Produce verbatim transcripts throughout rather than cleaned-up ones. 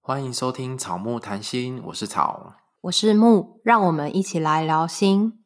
欢迎收听草木谈心，我是草， 我是木，让我们一起来聊心。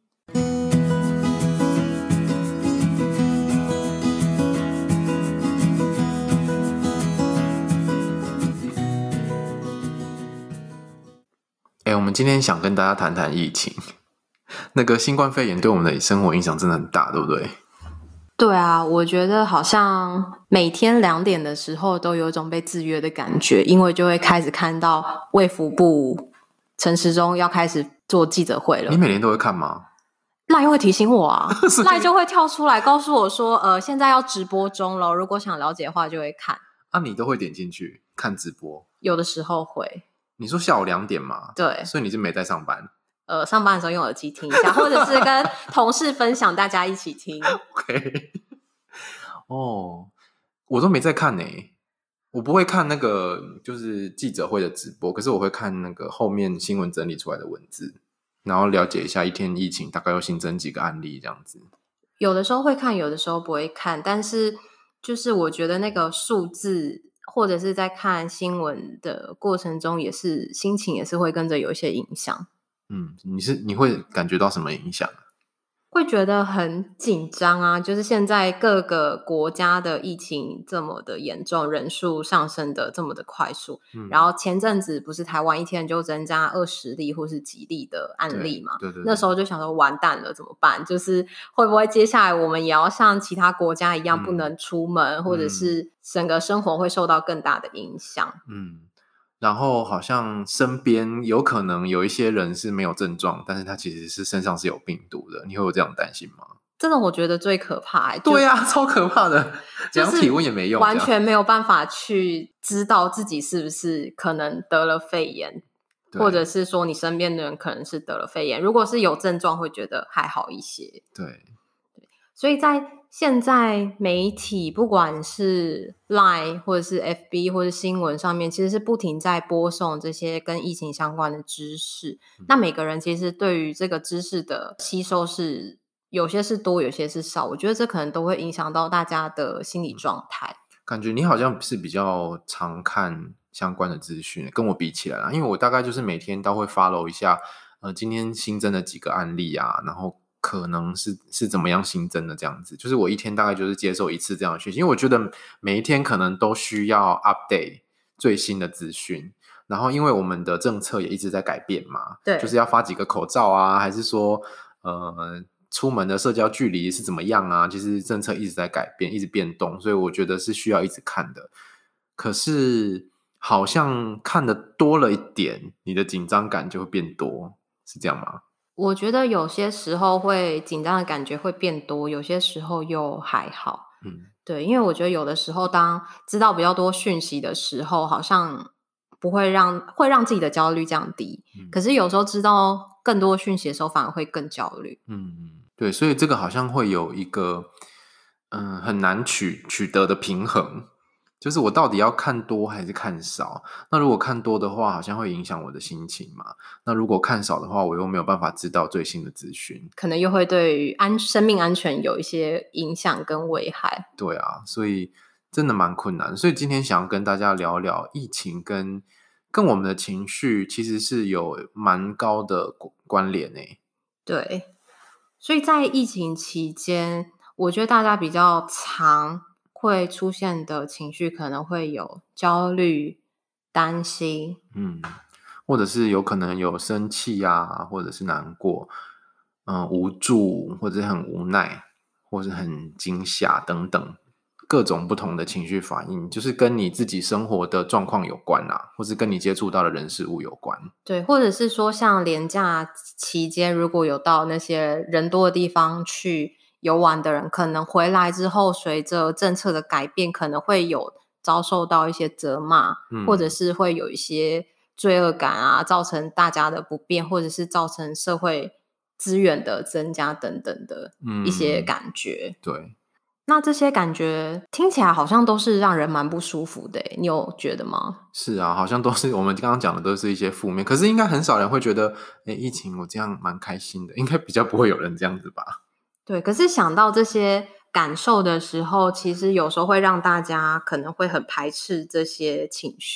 欸，我们今天想跟大家谈谈疫情。那个新冠肺炎对我们的生活影响真的很大，对不对？ 对啊，我觉得好像每天两点的时候都有一种被制约的感觉，因为就会开始看到卫福部陈时中要开始做记者会了。 你每天都会看吗？ 赖会提醒我啊，赖就会跳出来告诉我说，呃，现在要直播中了，如果想了解的话就会看。 啊，你都会点进去看直播？ 有的时候会。 你说下午两点吗？ 对， 所以你是没在上班？ 呃，上班的时候用耳机听一下，或者是跟同事分享，大家一起听。 OK， 哦，我都没在看呢、欸。我不会看那个就是记者会的直播，可是我会看那个后面新闻整理出来的文字，然后了解一下一天疫情大概又新增几个案例这样子。 有的时候会看，有的时候不会看，但是就是我觉得那个数字或者是在看新闻的过程中，也是心情也是会跟着有一些影响。 嗯，你是你会感觉到什么影响？ 会觉得很紧张啊，就是现在各个国家的疫情这么的严重，人数上升的这么的快速、嗯、然后前阵子不是台湾一天就增加二十例或是几例的案例嘛， 对对对对， 那时候就想说完蛋了怎么办，就是会不会接下来我们也要像其他国家一样不能出门、嗯、或者是整个生活会受到更大的影响。 嗯，然后好像身边有可能有一些人是没有症状，但是他其实是身上是有病毒的，你会有这样担心吗？ 这种我觉得最可怕、欸、 对啊，超可怕的，量体温也没用， 完全没有办法去知道自己是不是可能得了肺炎，或者是说你身边的人可能是得了肺炎，如果是有症状会觉得还好一些。 对， 所以在现在媒体不管是 Line 或者是 F B 或者新闻上面，其实是不停在播送这些跟疫情相关的知识、嗯、那每个人其实对于这个知识的吸收是有些是多有些是少，我觉得这可能都会影响到大家的心理状态、嗯、 感觉你好像是比较常看相关的资讯，跟我比起来啦，因为我大概就是每天都会 follow 一下呃，今天新增的几个案例啊，然后可能是是怎么样新增的这样子，就是我一天大概就是接受一次这样的讯息，因为我觉得每一天可能都需要 update 最新的资讯，然后因为我们的政策也一直在改变嘛， 对， 就是要发几个口罩啊，还是说呃出门的社交距离是怎么样啊，其实政策一直在改变一直变动，所以我觉得是需要一直看的。可是好像看的多了一点，你的紧张感就会变多，是这样吗？ 我觉得有些时候会紧张的感觉会变多，有些时候又还好。嗯，对，因为我觉得有的时候当知道比较多讯息的时候，好像不会让会让自己的焦虑降低、嗯、可是有时候知道更多讯息的时候反而会更焦虑。 嗯，对，所以这个好像会有一个嗯很难取取得的平衡，就是我到底要看多还是看少，那如果看多的话好像会影响我的心情嘛，那如果看少的话我又没有办法知道最新的资讯， 可能又会对于安生命安全有一些影响跟危害。 对啊，所以真的蛮困难，所以今天想要跟大家聊聊疫情跟跟我们的情绪其实是有蛮高的关联诶。 对，所以在疫情期间我觉得大家比较常会出现的情绪可能会有焦虑、担心， 嗯，或者是有可能有生气啊，或者是难过，嗯，无助，或者是很无奈，或者是很惊吓等等，各种不同的情绪反应，就是跟你自己生活的状况有关啊，或是跟你接触到的人事物有关。 对，或者是说像连假期间如果有到那些人多的地方去游玩的人，可能回来之后随着政策的改变可能会有遭受到一些责骂、嗯、或者是会有一些罪恶感啊，造成大家的不便，或者是造成社会资源的增加等等的一些感觉、 嗯、对， 那这些感觉听起来好像都是让人蛮不舒服的，你有觉得吗？ 是啊，好像都是我们刚刚讲的都是一些负面，可是应该很少人会觉得诶，疫情我这样蛮开心的，应该比较不会有人这样子吧。 对，可是想到这些感受的时候，其实有时候会让大家可能会很排斥这些情绪。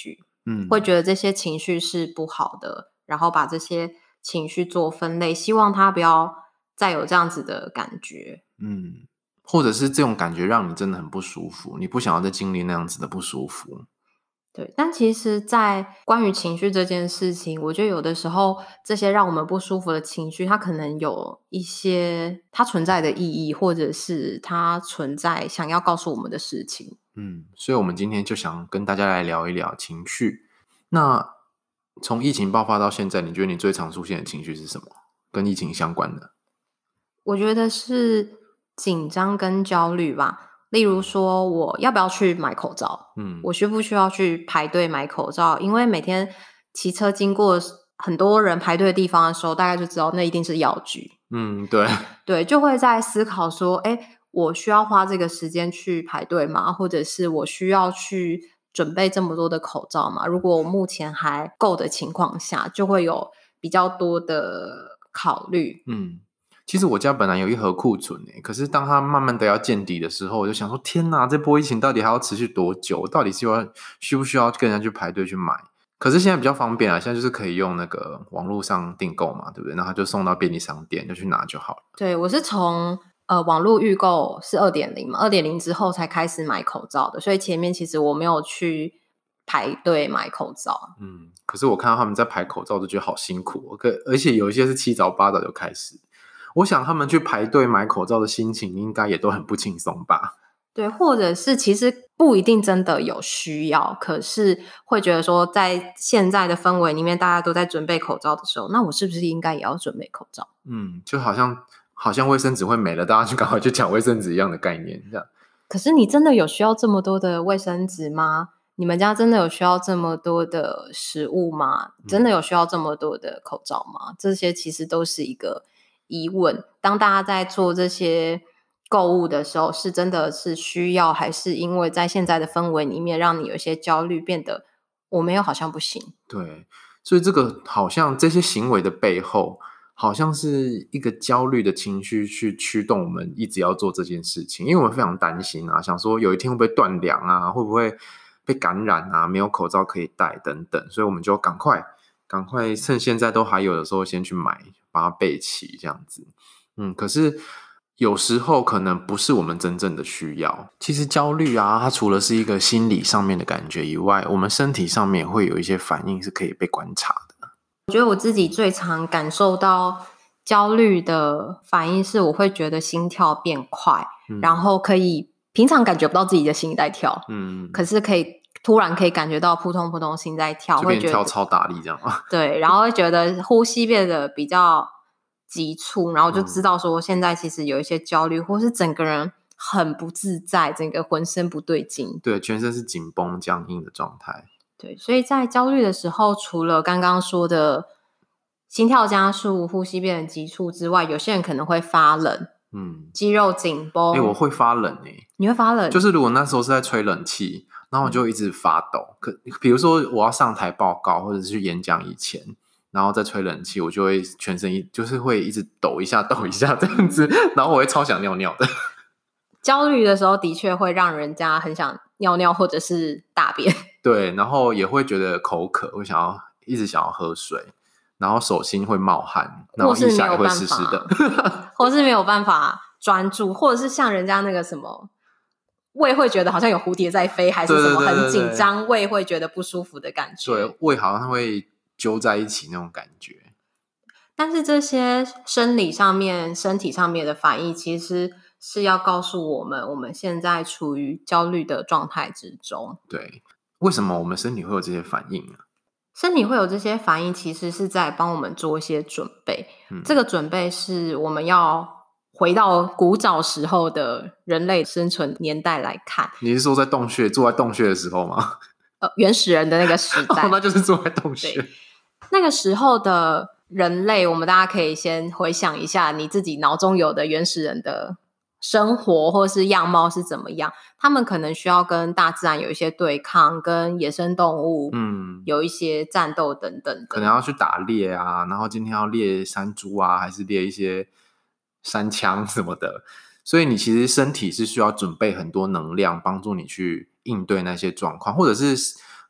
嗯， 会觉得这些情绪是不好的，然后把这些情绪做分类，希望他不要再有这样子的感觉。 嗯，或者是这种感觉让你真的很不舒服，你不想要再经历那样子的不舒服。 对，但其实在关于情绪这件事情，我觉得有的时候这些让我们不舒服的情绪，它可能有一些它存在的意义，或者是它存在想要告诉我们的事情。 嗯，所以我们今天就想跟大家来聊一聊情绪。那从疫情爆发到现在，你觉得你最常出现的情绪是什么？跟疫情相关的？ 我觉得是紧张跟焦虑吧。例如说，我要不要去买口罩？ 嗯， 我需不需要去排队买口罩？因为每天骑车经过很多人排队的地方的时候，大概就知道那一定是药局。 嗯，对， 对，就会在思考说，诶，我需要花这个时间去排队吗？或者是我需要去准备这么多的口罩吗？如果我目前还够的情况下，就会有比较多的考虑。 嗯。其实我家本来有一盒库存诶，可是当它慢慢的要见底的时候，我就想说，天哪，这波疫情到底还要持续多久？到底需要需不需要跟人家去排队去买？可是现在比较方便啊，现在就是可以用那个网络上订购嘛，对不对？然后就送到便利商店，就去拿就好了。 对，我是从呃网络预购是 二点零 嘛 ，二点零 之后才开始买口罩的，所以前面其实我没有去排队买口罩。 嗯，可是我看到他们在排口罩，就觉得好辛苦哦，可而且有一些是七早八早就开始。我想他们去排队买口罩的心情应该也都很不轻松吧？ 对，或者是其实不一定真的有需要，可是会觉得说，在现在的氛围里面，大家都在准备口罩的时候，那我是不是应该也要准备口罩？ 嗯，就好像好像卫生纸会没了，大家就赶快去抢卫生纸一样的概念，这样。 可是你真的有需要这么多的卫生纸吗？你们家真的有需要这么多的食物吗？真的有需要这么多的口罩吗？这些其实都是一个疑问。当大家在做这些购物的时候，是真的是需要，还是因为在现在的氛围里面，让你有一些焦虑，变得我没有好像不行？ 对，所以这个好像这些行为的背后，好像是一个焦虑的情绪去驱动我们一直要做这件事情，因为我们非常担心啊，想说有一天会不会断粮啊，会不会被感染啊，没有口罩可以戴等等，所以我们就赶快赶快趁现在都还有的时候先去买，把它备齐这样子。嗯，可是有时候可能不是我们真正的需要。其实焦虑啊，它除了是一个心理上面的感觉以外，我们身体上面会有一些反应是可以被观察的。 我觉得我自己最常感受到焦虑的反应是，我会觉得心跳变快， 嗯、 然后可以平常感觉不到自己的心在跳， 嗯， 可是可以突然可以感觉到扑通扑通心在跳， 就变会觉得跳超大力这样啊。 对，然后会觉得呼吸变得比较急促，然后就知道说现在其实有一些焦虑，或是整个人很不自在，整个浑身不对劲。 对，全身是紧绷僵硬的状态。 对，所以在焦虑的时候，除了刚刚说的心跳加速、呼吸变得急促之外，有些人可能会发冷， 嗯， 肌肉紧绷。 哎、我会发冷哎、欸， 你会发冷？ 就是如果那时候是在吹冷气，然后我就一直发抖。可比如说我要上台报告或者是去演讲以前，然后再吹冷气，我就会全身一就是会一直抖一下抖一下这样子，然后我会超想尿尿的。 焦虑的时候的确会让人家很想尿尿或者是大便。 对，然后也会觉得口渴，会想要一直想要喝水，然后手心会冒汗，然后或是没腋下也会有办法湿湿的。 或是没有办法专注，或者是像人家那个什么胃会觉得好像有蝴蝶在飞，还是什么对对对对很紧张，胃会觉得不舒服的感觉。 对，胃好像会揪在一起那种感觉。 但是这些生理上面、身体上面的反应，其实是要告诉我们，我们现在处于焦虑的状态之中。 对，为什么我们身体会有这些反应呢？ 身体会有这些反应，其实是在帮我们做一些准备。 嗯， 这个准备是我们要回到古早时候的人类生存年代来看。 你是说在洞穴住在洞穴的时候吗？ 呃，原始人的那个时代， 哦，那就是住在洞穴。 那个时候的人类，我们大家可以先回想一下你自己脑中有的原始人的生活或是样貌是怎么样。他们可能需要跟大自然有一些对抗，跟野生动物嗯有一些战斗等等的， 可能要去打猎啊，然后今天要猎山猪啊，还是猎一些山枪什么的。所以你其实身体是需要准备很多能量，帮助你去应对那些状况，或者是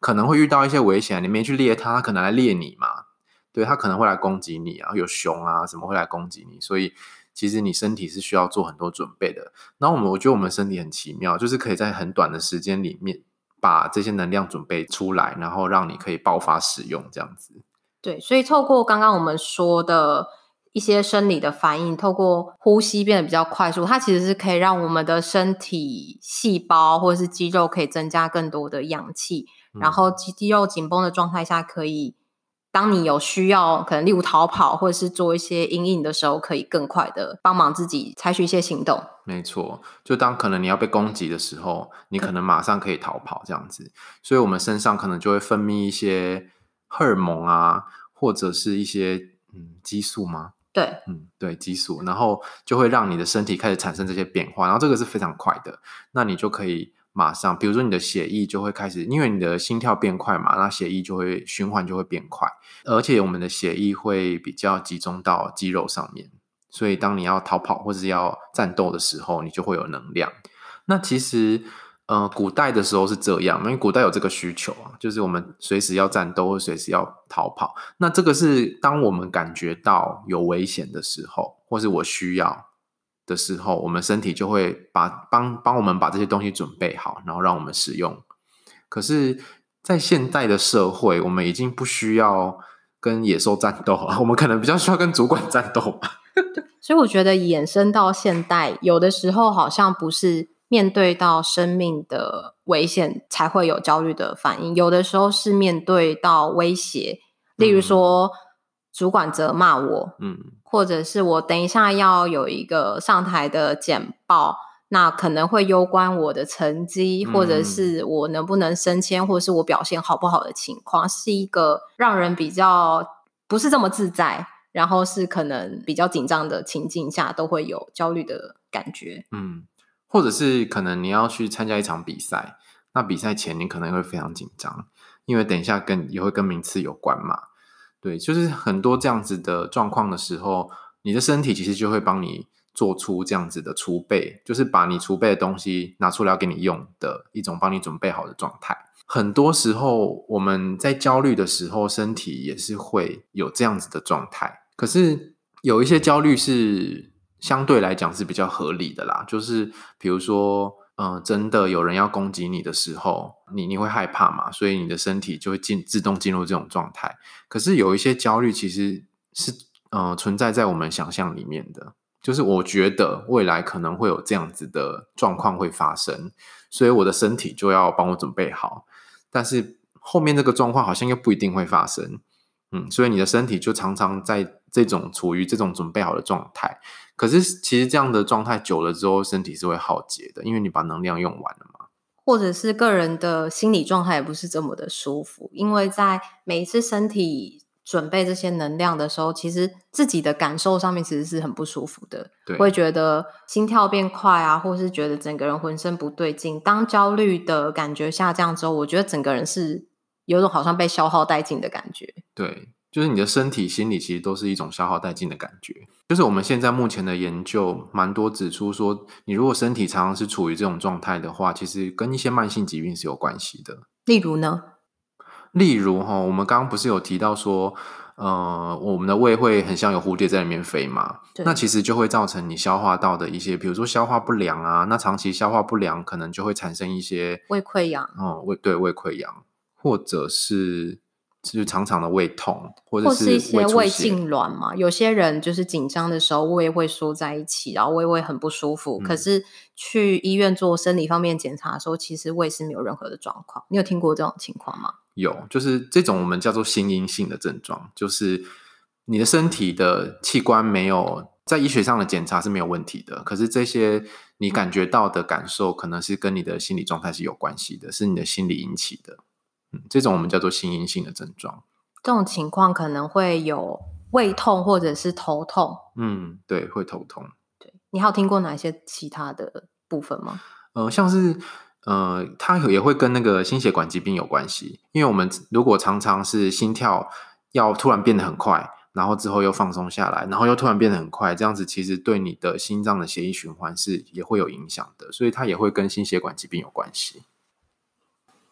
可能会遇到一些危险，你没去猎它，它可能来猎你嘛，对，它可能会来攻击你啊，有熊啊什么会来攻击你，所以其实你身体是需要做很多准备的。然后我们我觉得我们身体很奇妙，就是可以在很短的时间里面把这些能量准备出来，然后让你可以爆发使用这样子。 对，所以透过刚刚我们说的一些生理的反应，透过呼吸变得比较快速，它其实是可以让我们的身体细胞或者是肌肉可以增加更多的氧气， 嗯、 然后肌肌肉紧绷的状态下，可以当你有需要，可能例如逃跑或者是做一些因应的时候，可以更快的帮忙自己采取一些行动。 没错，就当可能你要被攻击的时候，你可能马上可以逃跑这样子，所以我们身上可能就会分泌一些荷尔蒙啊，或者是一些嗯激素吗？ 对， 嗯，对，激素，然后就会让你的身体开始产生这些变化，然后这个是非常快的，那你就可以马上，比如说你的血液就会开始，因为你的心跳变快嘛，那血液就会循环就会变快，而且我们的血液会比较集中到肌肉上面，所以当你要逃跑或者是要战斗的时候，你就会有能量。那其实呃，古代的时候是这样，因为古代有这个需求啊，就是我们随时要战斗或随时要逃跑。那这个是当我们感觉到有危险的时候，或是我需要的时候，我们身体就会把帮帮我们把这些东西准备好，然后让我们使用。可是，在现代的社会，我们已经不需要跟野兽战斗了，我们可能比较需要跟主管战斗吧。 所以我觉得衍生到现代，有的时候好像不是面对到生命的危险才会有焦虑的反应，有的时候是面对到威胁，例如说、嗯、主管责骂我，嗯，或者是我等一下要有一个上台的简报，那可能会攸关我的成绩，或者是我能不能升迁，或者是我表现好不好的情况，是一个让人比较不是这么自在，然后是可能比较紧张的情境下都会有焦虑的感觉。 嗯，或者是可能你要去参加一场比赛，那比赛前你可能会非常紧张，因为等一下跟也会跟名次有关嘛。对，就是很多这样子的状况的时候，你的身体其实就会帮你做出这样子的储备，就是把你储备的东西拿出来要给你用的一种帮你准备好的状态。很多时候我们在焦虑的时候，身体也是会有这样子的状态。可是有一些焦虑是相对来讲是比较合理的啦，就是比如说嗯、呃，真的有人要攻击你的时候，你你会害怕嘛，所以你的身体就会进自动进入这种状态。可是有一些焦虑其实是呃存在在我们想象里面的，就是我觉得未来可能会有这样子的状况会发生，所以我的身体就要帮我准备好。但是后面这个状况好像又不一定会发生，嗯，所以你的身体就常常在这种处于这种准备好的状态。可是其实这样的状态久了之后，身体是会耗竭的，因为你把能量用完了嘛。 或者是个人的心理状态也不是这么的舒服，因为在每一次身体准备这些能量的时候，其实自己的感受上面其实是很不舒服的， 对， 会觉得心跳变快啊，或是觉得整个人浑身不对劲。当焦虑的感觉下降之后，我觉得整个人是有种好像被消耗殆尽的感觉。 对，就是你的身体心理其实都是一种消耗殆尽的感觉。就是我们现在目前的研究蛮多指出说，你如果身体常常是处于这种状态的话，其实跟一些慢性疾病是有关系的。 例如呢？ 例如我们刚刚不是有提到说呃，我们的胃会很像有蝴蝶在里面飞嘛，那其实就会造成你消化道的一些比如说消化不良啊，那长期消化不良可能就会产生一些胃溃疡、 嗯、胃对胃溃疡，或者是就是常常的胃痛，或者是一些胃痉痉挛嘛。有些人就是紧张的时候胃会缩在一起，然后胃会很不舒服、嗯、可是去医院做生理方面检查的时候，其实胃是没有任何的状况。你有听过这种情况吗？ 有，就是这种我们叫做心因性的症状，就是你的身体的器官没有在医学上的检查是没有问题的，可是这些你感觉到的感受可能是跟你的心理状态是有关系的，是你的心理引起的、嗯、这种我们叫做心因性的症状。 这种情况可能会有胃痛或者是头痛。 嗯，对，会头痛。 对，你还有听过哪些其他的部分吗？ 呃，像是呃，它也会跟那个心血管疾病有关系，因为我们如果常常是心跳要突然变得很快，然后之后又放松下来，然后又突然变得很快，这样子其实对你的心脏的血液循环是也会有影响的，所以它也会跟心血管疾病有关系。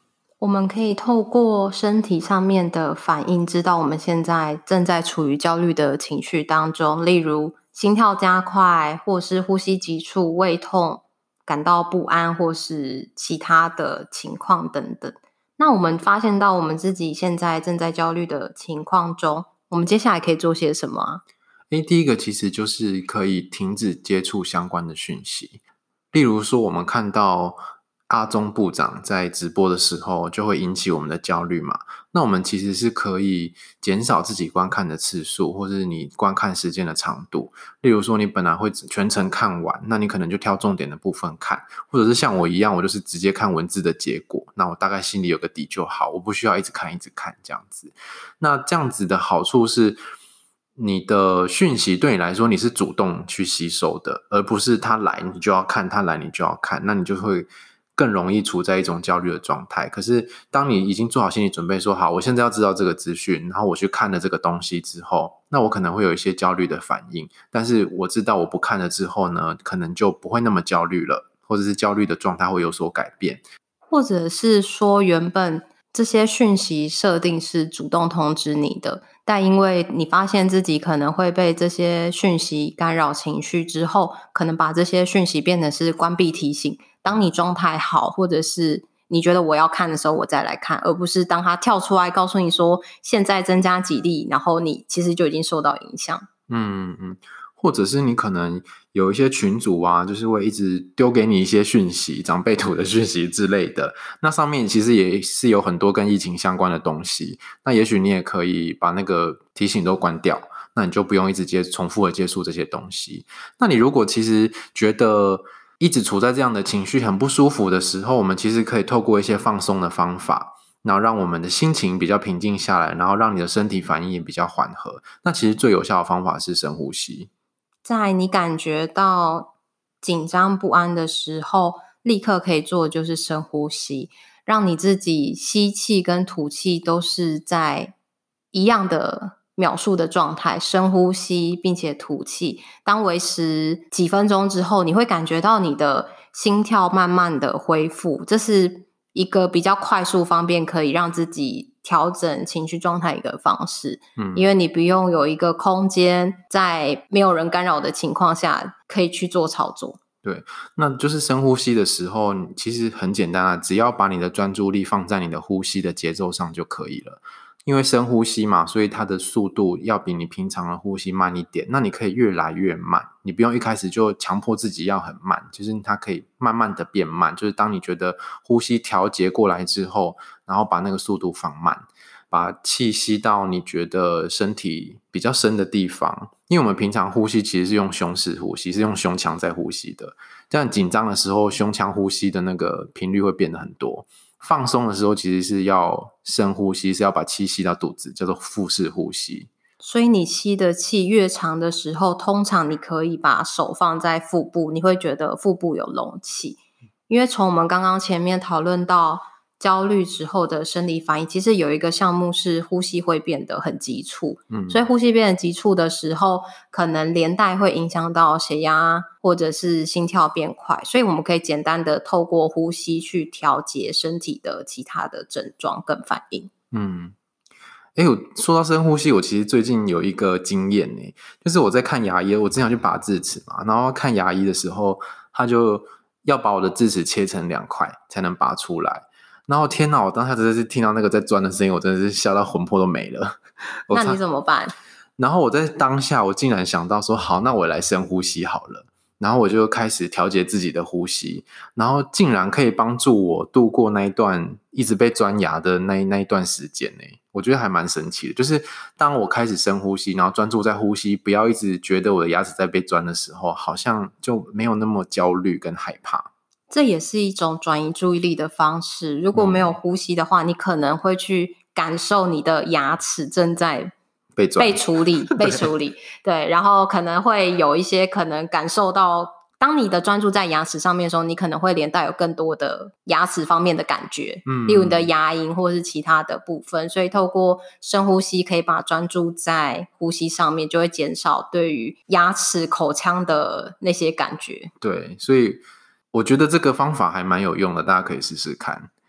我们可以透过身体上面的反应，知道我们现在正在处于焦虑的情绪当中，例如心跳加快，或是呼吸急促、胃痛、感到不安，或是其他的情况等等。那我们发现到我们自己现在正在焦虑的情况中，我们接下来可以做些什么啊？ 诶，第一个其实就是可以停止接触相关的讯息，例如说我们看到阿中部长在直播的时候就会引起我们的焦虑嘛，那我们其实是可以减少自己观看的次数，或是你观看时间的长度。例如说你本来会全程看完，那你可能就挑重点的部分看，或者是像我一样，我就是直接看文字的结果，那我大概心里有个底就好，我不需要一直看一直看这样子。那这样子的好处是你的讯息对你来说你是主动去吸收的，而不是他来你就要看，他来你就要看，那你就会更容易处在一种焦虑的状态。可是当你已经做好心理准备说好我现在要知道这个资讯，然后我去看了这个东西之后，那我可能会有一些焦虑的反应，但是我知道我不看了之后呢，可能就不会那么焦虑了，或者是焦虑的状态会有所改变。 或者是说原本这些讯息设定是主动通知你的，但因为你发现自己可能会被这些讯息干扰情绪之后，可能把这些讯息变成是关闭提醒，当你状态好，或者是你觉得我要看的时候我再来看，而不是当它跳出来告诉你说现在增加几例，然后你其实就已经受到影响。 嗯嗯，或者是你可能有一些群组啊，就是会一直丢给你一些讯息，长辈图的讯息之类的，那上面其实也是有很多跟疫情相关的东西，那也许你也可以把那个提醒都关掉，那你就不用一直接重复的接触这些东西。那你如果其实觉得一直处在这样的情绪很不舒服的时候，我们其实可以透过一些放松的方法，然后让我们的心情比较平静下来，然后让你的身体反应也比较缓和。那其实最有效的方法是深呼吸。 在你感觉到紧张不安的时候，立刻可以做的就是深呼吸，让你自己吸气跟吐气都是在一样的秒数的状态，深呼吸并且吐气。当维持几分钟之后，你会感觉到你的心跳慢慢的恢复，这是一个比较快速方便可以让自己调整情绪状态一个方式。嗯，因为你不用有一个空间在没有人干扰的情况下可以去做操作。 对，那就是深呼吸的时候其实很简单啊，只要把你的专注力放在你的呼吸的节奏上就可以了。因为深呼吸嘛，所以它的速度要比你平常的呼吸慢一点，那你可以越来越慢，你不用一开始就强迫自己要很慢，就是它可以慢慢的变慢，就是当你觉得呼吸调节过来之后，然后把那个速度放慢，把气吸到你觉得身体比较深的地方。因为我们平常呼吸其实是用胸式呼吸，是用胸腔在呼吸的，这样紧张的时候胸腔呼吸的那个频率会变得很多，放松的时候其实是要深呼吸，是要把气吸到肚子，叫做腹式呼吸。 所以你吸的气越长的时候，通常你可以把手放在腹部，你会觉得腹部有隆起。因为从我们刚刚前面讨论到焦虑之后的生理反应，其实有一个项目是呼吸会变得很急促，嗯，所以呼吸变得急促的时候，可能连带会影响到血压或者是心跳变快，所以我们可以简单的透过呼吸去调节身体的其他的症状跟反应。 嗯，诶，我说到深呼吸，我其实最近有一个经验呢，就是我在看牙医，我之前去拔智齿嘛，然后看牙医的时候，他就要把我的智齿切成两块才能拔出来。然后天哪，我当下真的是听到那个在钻的声音，我真的是吓到魂魄都没了。 那你怎么办？ 然后我在当下我竟然想到说好，那我来深呼吸好了，然后我就开始调节自己的呼吸，然后竟然可以帮助我度过那一段一直被钻牙的那那一段时间耶，我觉得还蛮神奇的。就是当我开始深呼吸，然后专注在呼吸，不要一直觉得我的牙齿在被钻的时候，好像就没有那么焦虑跟害怕。 这也是一种转移注意力的方式。如果没有呼吸的话，嗯，你可能会去感受你的牙齿正在被被处理被处理对，然后可能会有一些可能感受到，当你的专注在牙齿上面的时候，你可能会连带有更多的牙齿方面的感觉，嗯，例如你的牙龈或是其他的部分，所以透过深呼吸可以把专注在呼吸上面，就会减少对于牙齿口腔的那些感觉。 对，所以我觉得这个方法还蛮有用的，大家可以试试看。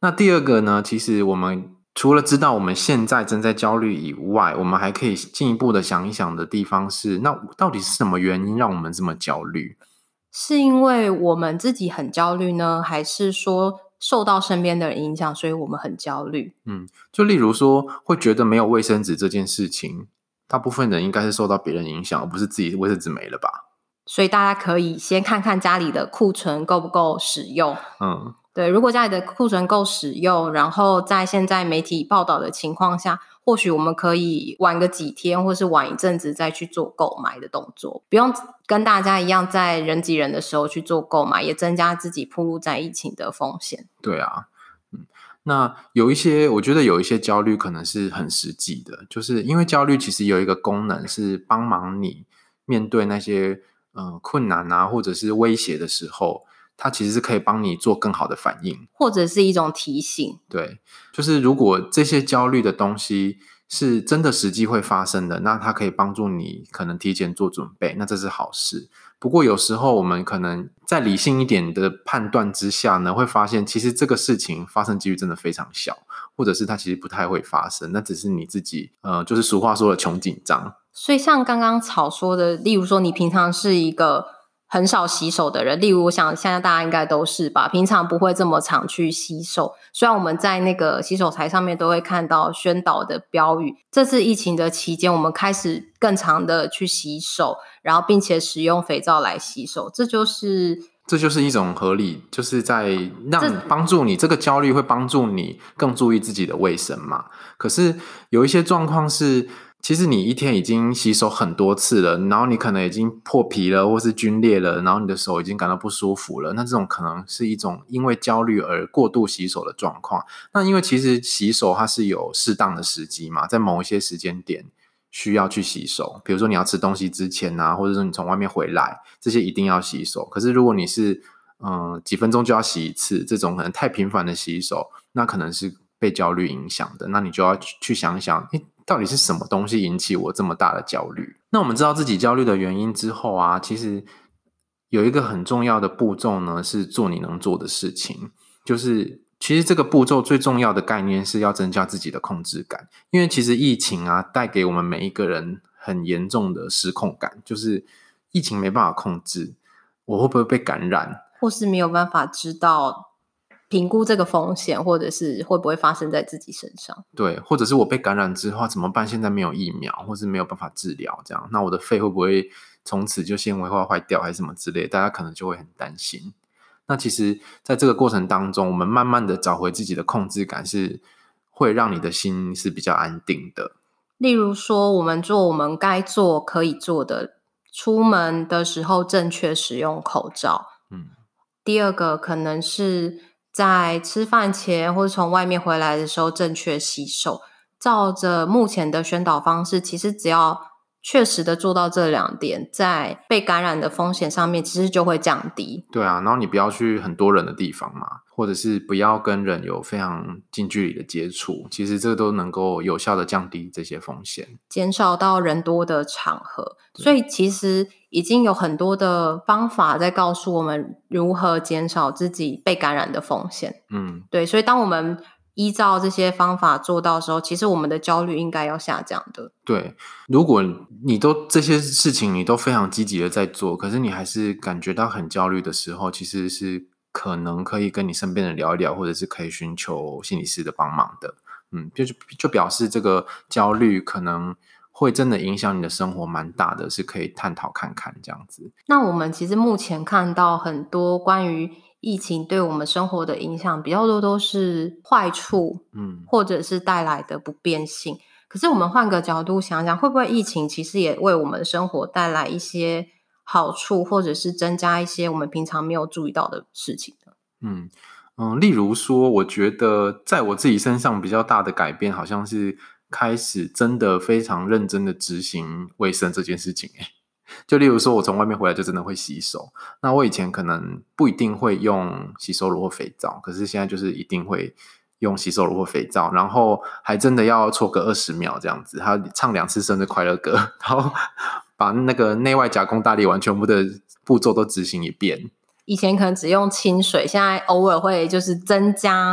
那第二个呢，其实我们除了知道我们现在正在焦虑以外，我们还可以进一步的想一想的地方是，那到底是什么原因让我们这么焦虑？ 是因为我们自己很焦虑呢，还是说受到身边的人影响，所以我们很焦虑？ 嗯，就例如说会觉得没有卫生纸这件事情，大部分人应该是受到别人影响，而不是自己卫生纸没了吧？ 所以大家可以先看看家里的库存够不够使用。 嗯， 对，如果家里的库存够使用，然后在现在媒体报道的情况下，或许我们可以晚个几天，或是晚一阵子再去做购买的动作，不用跟大家一样在人挤人的时候去做购买，也增加自己暴露在疫情的风险。 对啊，嗯，那有一些，我觉得有一些焦虑可能是很实际的，就是因为焦虑其实有一个功能是帮忙你面对那些呃困难啊，或者是威胁的时候，它其实是可以帮你做更好的反应， 或者是一种提醒。 对，就是如果这些焦虑的东西是真的实际会发生的，那它可以帮助你可能提前做准备，那这是好事。不过有时候我们可能在理性一点的判断之下呢，会发现其实这个事情发生几率真的非常小，或者是它其实不太会发生，那只是你自己呃，就是俗话说的穷紧张。 所以像刚刚草说的，例如说你平常是一个很少洗手的人，例如我想现在大家应该都是吧，平常不会这么常去洗手，虽然我们在那个洗手台上面都会看到宣导的标语，这次疫情的期间我们开始更常的去洗手，然后并且使用肥皂来洗手，这就是这就是一种合理，就是在让帮助你这个焦虑会帮助你更注意自己的卫生嘛。可是有一些状况是其实你一天已经洗手很多次了，然后你可能已经破皮了或是皲裂了，然后你的手已经感到不舒服了，那这种可能是一种因为焦虑而过度洗手的状况。那因为其实洗手它是有适当的时机嘛，在某一些时间点需要去洗手，比如说你要吃东西之前啊，或者说你从外面回来，这些一定要洗手。可是如果你是嗯几分钟就要洗一次，这种可能太频繁的洗手，那可能是被焦虑影响的，那你就要去想一想，诶，到底是什么东西引起我这么大的焦虑？那我们知道自己焦虑的原因之后啊，其实有一个很重要的步骤呢，是做你能做的事情，就是其实这个步骤最重要的概念是要增加自己的控制感，因为其实疫情啊带给我们每一个人很严重的失控感，就是疫情没办法控制，我会不会被感染， 或是没有办法知道评估这个风险，或者是会不会发生在自己身上。 对，或者是我被感染之后怎么办？现在没有疫苗，或是没有办法治疗，这样，那我的肺会不会从此就纤维化坏掉，还是什么之类的，大家可能就会很担心。那其实在这个过程当中，我们慢慢的找回自己的控制感，是会让你的心是比较安定的。 例如说我们做我们该做可以做的，出门的时候正确使用口罩。 嗯， 第二个可能是在吃饭前或者从外面回来的时候正确洗手，照着目前的宣导方式，其实只要确实的做到这两点，在被感染的风险上面其实就会降低。 对啊，然后你不要去很多人的地方嘛，或者是不要跟人有非常近距离的接触，其实这个都能够有效的降低这些风险， 减少到人多的场合。所以其实已经有很多的方法在告诉我们如何减少自己被感染的风险。 嗯， 对，所以当我们依照这些方法做到的时候，其实我们的焦虑应该要下降的。 对，如果你都这些事情你都非常积极的在做，可是你还是感觉到很焦虑的时候，其实是可能可以跟你身边人聊一聊，或者是可以寻求心理师的帮忙的。嗯，就就表示这个焦虑可能会真的影响你的生活蛮大的，是可以探讨看看这样子。 那我们其实目前看到很多关于疫情对我们生活的影响比较多都是坏处， 嗯， 或者是带来的不便性。可是我们换个角度想想，会不会疫情其实也为我们的生活带来一些好处，或者是增加一些我们平常没有注意到的事情呢？ 嗯嗯，例如说，我觉得在我自己身上比较大的改变，好像是开始真的非常认真的执行卫生这件事情。就例如说，我从外面回来就真的会洗手。那我以前可能不一定会用洗手乳或肥皂，可是现在就是一定会用洗手乳或肥皂，然后还真的要搓个二十秒这样子，还要唱两次生日快乐歌，然后把那个内外夹攻大力丸全部的步骤都执行一遍。 以前可能只用清水，现在偶尔会就是增加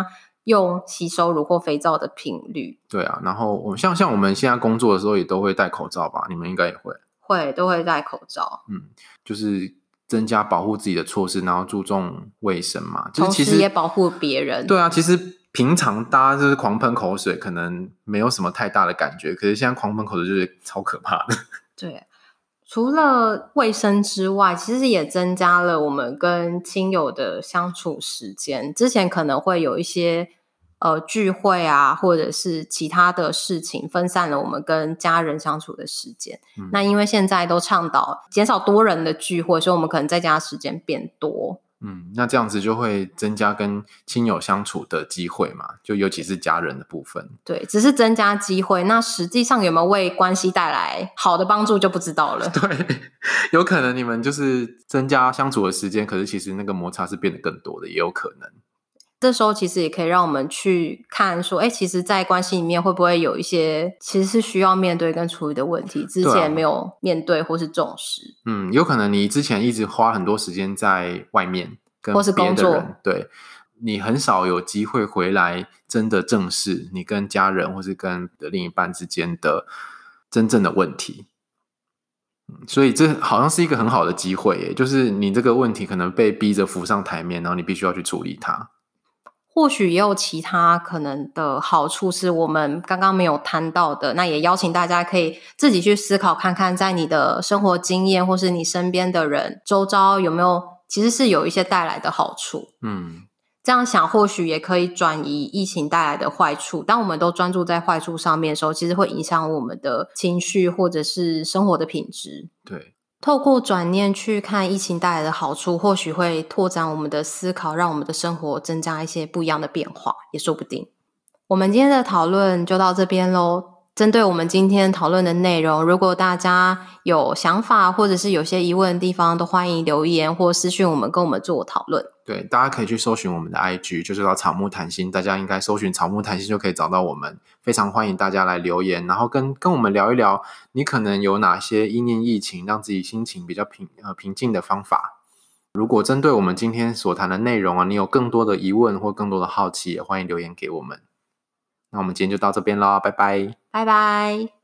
用洗手乳或肥皂的频率。 对啊，然后我们像像我们现在工作的时候也都会戴口罩吧？你们应该也会。 会，都会戴口罩。 嗯，就是增加保护自己的措施，然后注重卫生嘛。就是、其实同时也保护别人。 对啊，其实平常大家就是狂喷口水，可能没有什么太大的感觉，可是现在狂喷口水就是超可怕的。 对。除了卫生之外，其实也增加了我们跟亲友的相处时间。之前可能会有一些呃聚会啊，或者是其他的事情，分散了我们跟家人相处的时间。嗯、那因为现在都倡导减少多人的聚会，所以我们可能在家时间变多。 嗯，那这样子就会增加跟亲友相处的机会嘛，就尤其是家人的部分。 对，只是增加机会，那实际上有没有为关系带来好的帮助就不知道了。 对，有可能你们就是增加相处的时间，可是其实那个摩擦是变得更多的，也有可能。 这时候其实也可以让我们去看说，哎，其实在关系里面会不会有一些其实是需要面对跟处理的问题，之前没有面对或是重视。 啊、嗯，有可能你之前一直花很多时间在外面跟或是工作， 对，你很少有机会回来真的正视你跟家人或是跟另一半之间的真正的问题。所以这好像是一个很好的机会耶，就是你这个问题可能被逼着浮上台面，然后你必须要去处理它。 或许也有其他可能的好处是我们刚刚没有谈到的，那也邀请大家可以自己去思考看看，在你的生活经验或是你身边的人周遭有没有其实是有一些带来的好处。嗯，这样想或许也可以转移疫情带来的坏处。当我们都专注在坏处上面的时候，其实会影响我们的情绪或者是生活的品质。 对， 透过转念去看疫情带来的好处，或许会拓展我们的思考，让我们的生活增加一些不一样的变化，也说不定。我们今天的讨论就到这边咯。针对我们今天讨论的内容，如果大家有想法或者是有些疑问的地方，都欢迎留言或私讯我们，跟我们做讨论。 对，大家可以去搜寻我们的 I G， 就是到草木谈心，大家应该搜寻草木谈心就可以找到我们。非常欢迎大家来留言，然后跟跟我们聊一聊，你可能有哪些因应疫情让自己心情比较平呃平静的方法。如果针对我们今天所谈的内容啊，你有更多的疑问或更多的好奇，也欢迎留言给我们。那我们今天就到这边啦，拜拜， 拜拜。